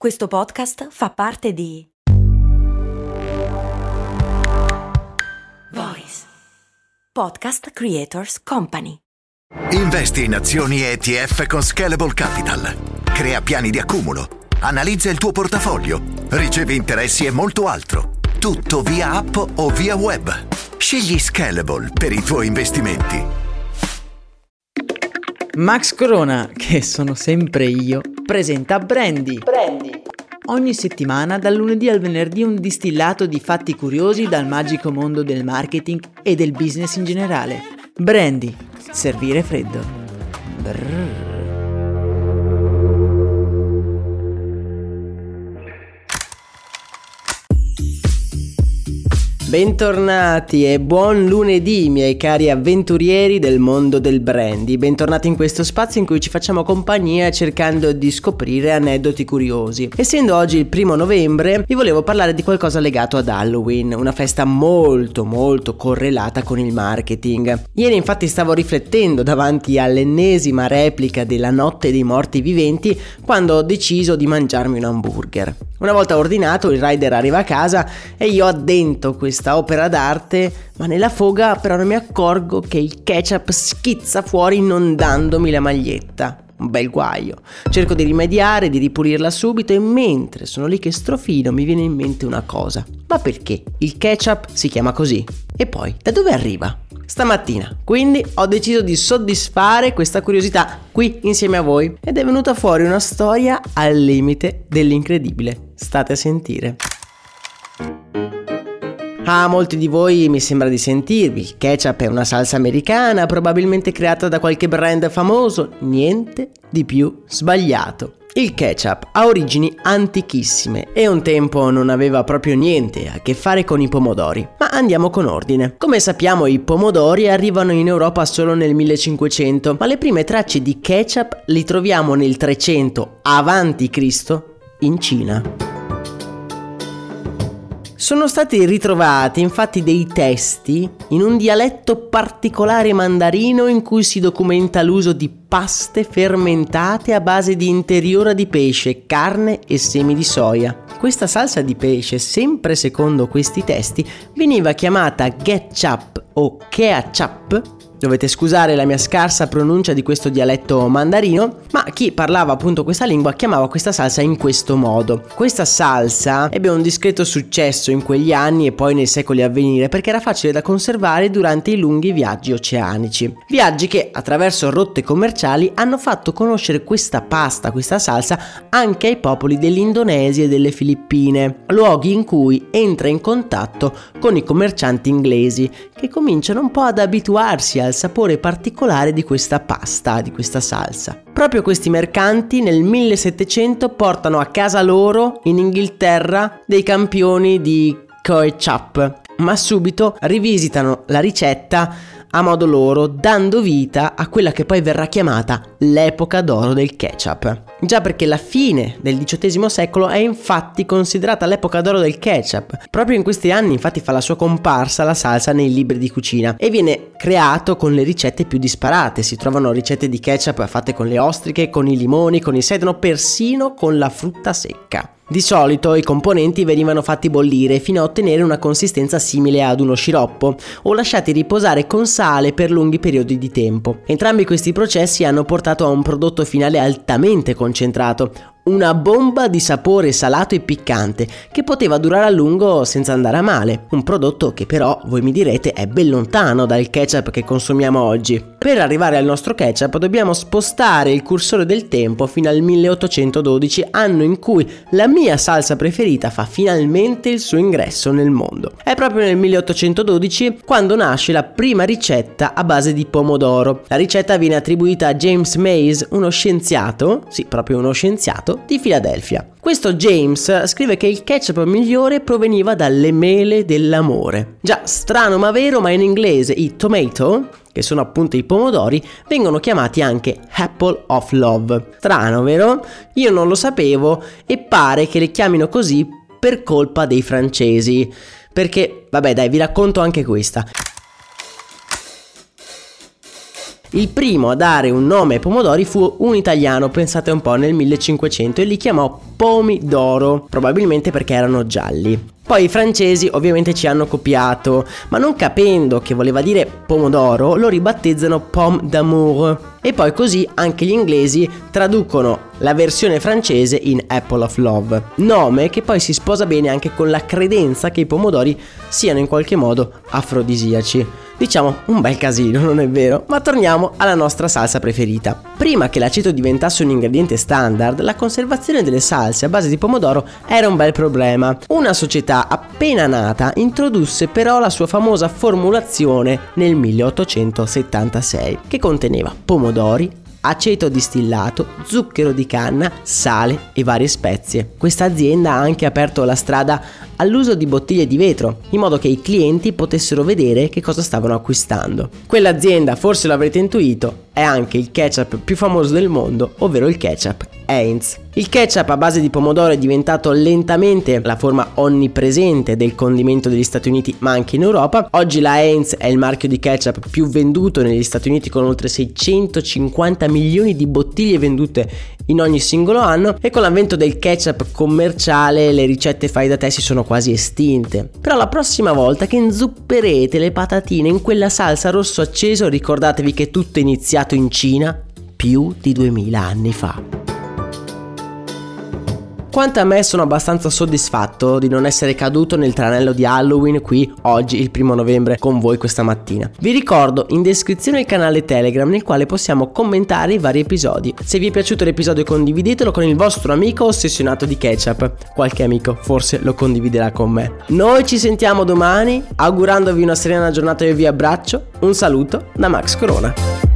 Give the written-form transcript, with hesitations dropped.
Questo podcast fa parte di Voice Podcast Creators Company. Investi in azioni ETF con Scalable Capital. Crea piani di accumulo. Analizza il tuo portafoglio. Ricevi interessi e molto altro. Tutto via app o via web. Scegli Scalable per i tuoi investimenti. Max Corona, che sono sempre io, presenta Brandy. Ogni settimana, dal lunedì al venerdì, un distillato di fatti curiosi dal magico mondo del marketing e del business in generale. Brandy, servire freddo. Brrr. Bentornati e buon lunedì, miei cari avventurieri del mondo del brandy. Bentornati in questo spazio in cui ci facciamo compagnia cercando di scoprire aneddoti curiosi. Essendo oggi il 1 novembre, vi volevo parlare di qualcosa legato ad Halloween, una festa molto correlata con il marketing. Ieri infatti stavo riflettendo davanti all'ennesima replica della Notte dei Morti Viventi quando ho deciso di mangiarmi un hamburger. Una volta ordinato, il rider arriva a casa e io addento questa opera d'arte, ma nella foga però non mi accorgo che il ketchup schizza fuori inondandomi la maglietta. Un bel guaio. Cerco di rimediare, di ripulirla subito e mentre sono lì che strofino mi viene in mente una cosa. Ma perché il ketchup si chiama così? E poi, da dove arriva? Stamattina, quindi ho deciso di soddisfare questa curiosità qui insieme a voi ed è venuta fuori una storia al limite dell'incredibile. State a sentire. A molti di voi mi sembra di sentirvi, il ketchup è una salsa americana, probabilmente creata da qualche brand famoso, niente di più sbagliato. Il ketchup ha origini antichissime e un tempo non aveva proprio niente a che fare con i pomodori. Ma andiamo con ordine. Come sappiamo, i pomodori arrivano in Europa solo nel 1500, ma le prime tracce di ketchup li troviamo nel 300 a.C. in Cina. Sono stati ritrovati infatti dei testi in un dialetto particolare mandarino in cui si documenta l'uso di paste fermentate a base di interiora di pesce, carne e semi di soia. Questa salsa di pesce, sempre secondo questi testi, veniva chiamata ketchup o ketchup. Dovete scusare la mia scarsa pronuncia di questo dialetto mandarino, ma chi parlava appunto questa lingua chiamava questa salsa in questo modo. Questa salsa ebbe un discreto successo in quegli anni e poi nei secoli a venire perché era facile da conservare durante i lunghi viaggi oceanici. Viaggi che attraverso rotte commerciali hanno fatto conoscere questa pasta, questa salsa anche ai popoli dell'Indonesia e delle Filippine, luoghi in cui entra in contatto con i commercianti inglesi che cominciano un po' ad abituarsi al sapore particolare di questa pasta, di questa salsa. Proprio questi mercanti nel 1700 portano a casa loro in Inghilterra dei campioni di ketchup, ma subito rivisitano la ricetta a modo loro, dando vita a quella che poi verrà chiamata l'epoca d'oro del ketchup. Già perché la fine del XVIII secolo è infatti considerata l'epoca d'oro del ketchup. Proprio in questi anni infatti fa la sua comparsa la salsa nei libri di cucina e viene creato con le ricette più disparate. Si trovano ricette di ketchup fatte con le ostriche, con i limoni, con il sedano, persino con la frutta secca. Di solito i componenti venivano fatti bollire fino a ottenere una consistenza simile ad uno sciroppo o lasciati riposare con sale per lunghi periodi di tempo. Entrambi questi processi hanno portato a un prodotto finale altamente concentrato, una bomba di sapore salato e piccante che poteva durare a lungo senza andare a male. Un prodotto che però, voi mi direte, è ben lontano dal ketchup che consumiamo oggi. Per arrivare al nostro ketchup dobbiamo spostare il cursore del tempo fino al 1812, anno in cui la mia salsa preferita fa finalmente il suo ingresso nel mondo. È proprio nel 1812 quando nasce la prima ricetta a base di pomodoro. La ricetta viene attribuita a James Mays, uno scienziato, sì, proprio uno scienziato, di Filadelfia. Questo James scrive che il ketchup migliore proveniva dalle mele dell'amore. Già, strano ma vero, ma in inglese i tomato, che sono appunto i pomodori, vengono chiamati anche apple of love. Strano, vero? Io non lo sapevo e pare che le chiamino così per colpa dei francesi. Perché, vabbè dai, vi racconto anche questa. Il primo a dare un nome ai pomodori fu un italiano, pensate un po', nel 1500, e li chiamò pomidoro, probabilmente perché erano gialli. Poi i francesi ovviamente ci hanno copiato, ma non capendo che voleva dire pomodoro lo ribattezzano pomme d'amour. E poi così anche gli inglesi traducono la versione francese in Apple of Love, nome che poi si sposa bene anche con la credenza che i pomodori siano in qualche modo afrodisiaci. Diciamo un bel casino, non è vero? Ma torniamo alla nostra salsa preferita. Prima che l'aceto diventasse un ingrediente standard, la conservazione delle salse a base di pomodoro era un bel problema. Una società appena nata introdusse però la sua famosa formulazione nel 1876, che conteneva pomodori, aceto distillato, zucchero di canna, sale e varie spezie. Questa azienda ha anche aperto la strada all'uso di bottiglie di vetro, in modo che i clienti potessero vedere che cosa stavano acquistando. Quell'azienda, forse l'avrete intuito, è anche il ketchup più famoso del mondo, ovvero il ketchup Heinz. Il ketchup a base di pomodoro è diventato lentamente la forma onnipresente del condimento degli Stati Uniti, ma anche in Europa. Oggi la Heinz è il marchio di ketchup più venduto negli Stati Uniti, con oltre 650 milioni di bottiglie vendute in ogni singolo anno, e con l'avvento del ketchup commerciale le ricette fai da te si sono quasi estinte. Però la prossima volta che inzupperete le patatine in quella salsa rosso acceso, ricordatevi che tutto è iniziato in Cina più di 2000 anni fa. Quanto a me, sono abbastanza soddisfatto di non essere caduto nel tranello di Halloween qui oggi, il 1 novembre, con voi questa mattina. Vi ricordo in descrizione il canale Telegram nel quale possiamo commentare i vari episodi. Se vi è piaciuto l'episodio condividetelo con il vostro amico ossessionato di ketchup. Qualche amico forse lo condividerà con me. Noi ci sentiamo domani, augurandovi una serena giornata. Io vi abbraccio. Un saluto da Max Corona.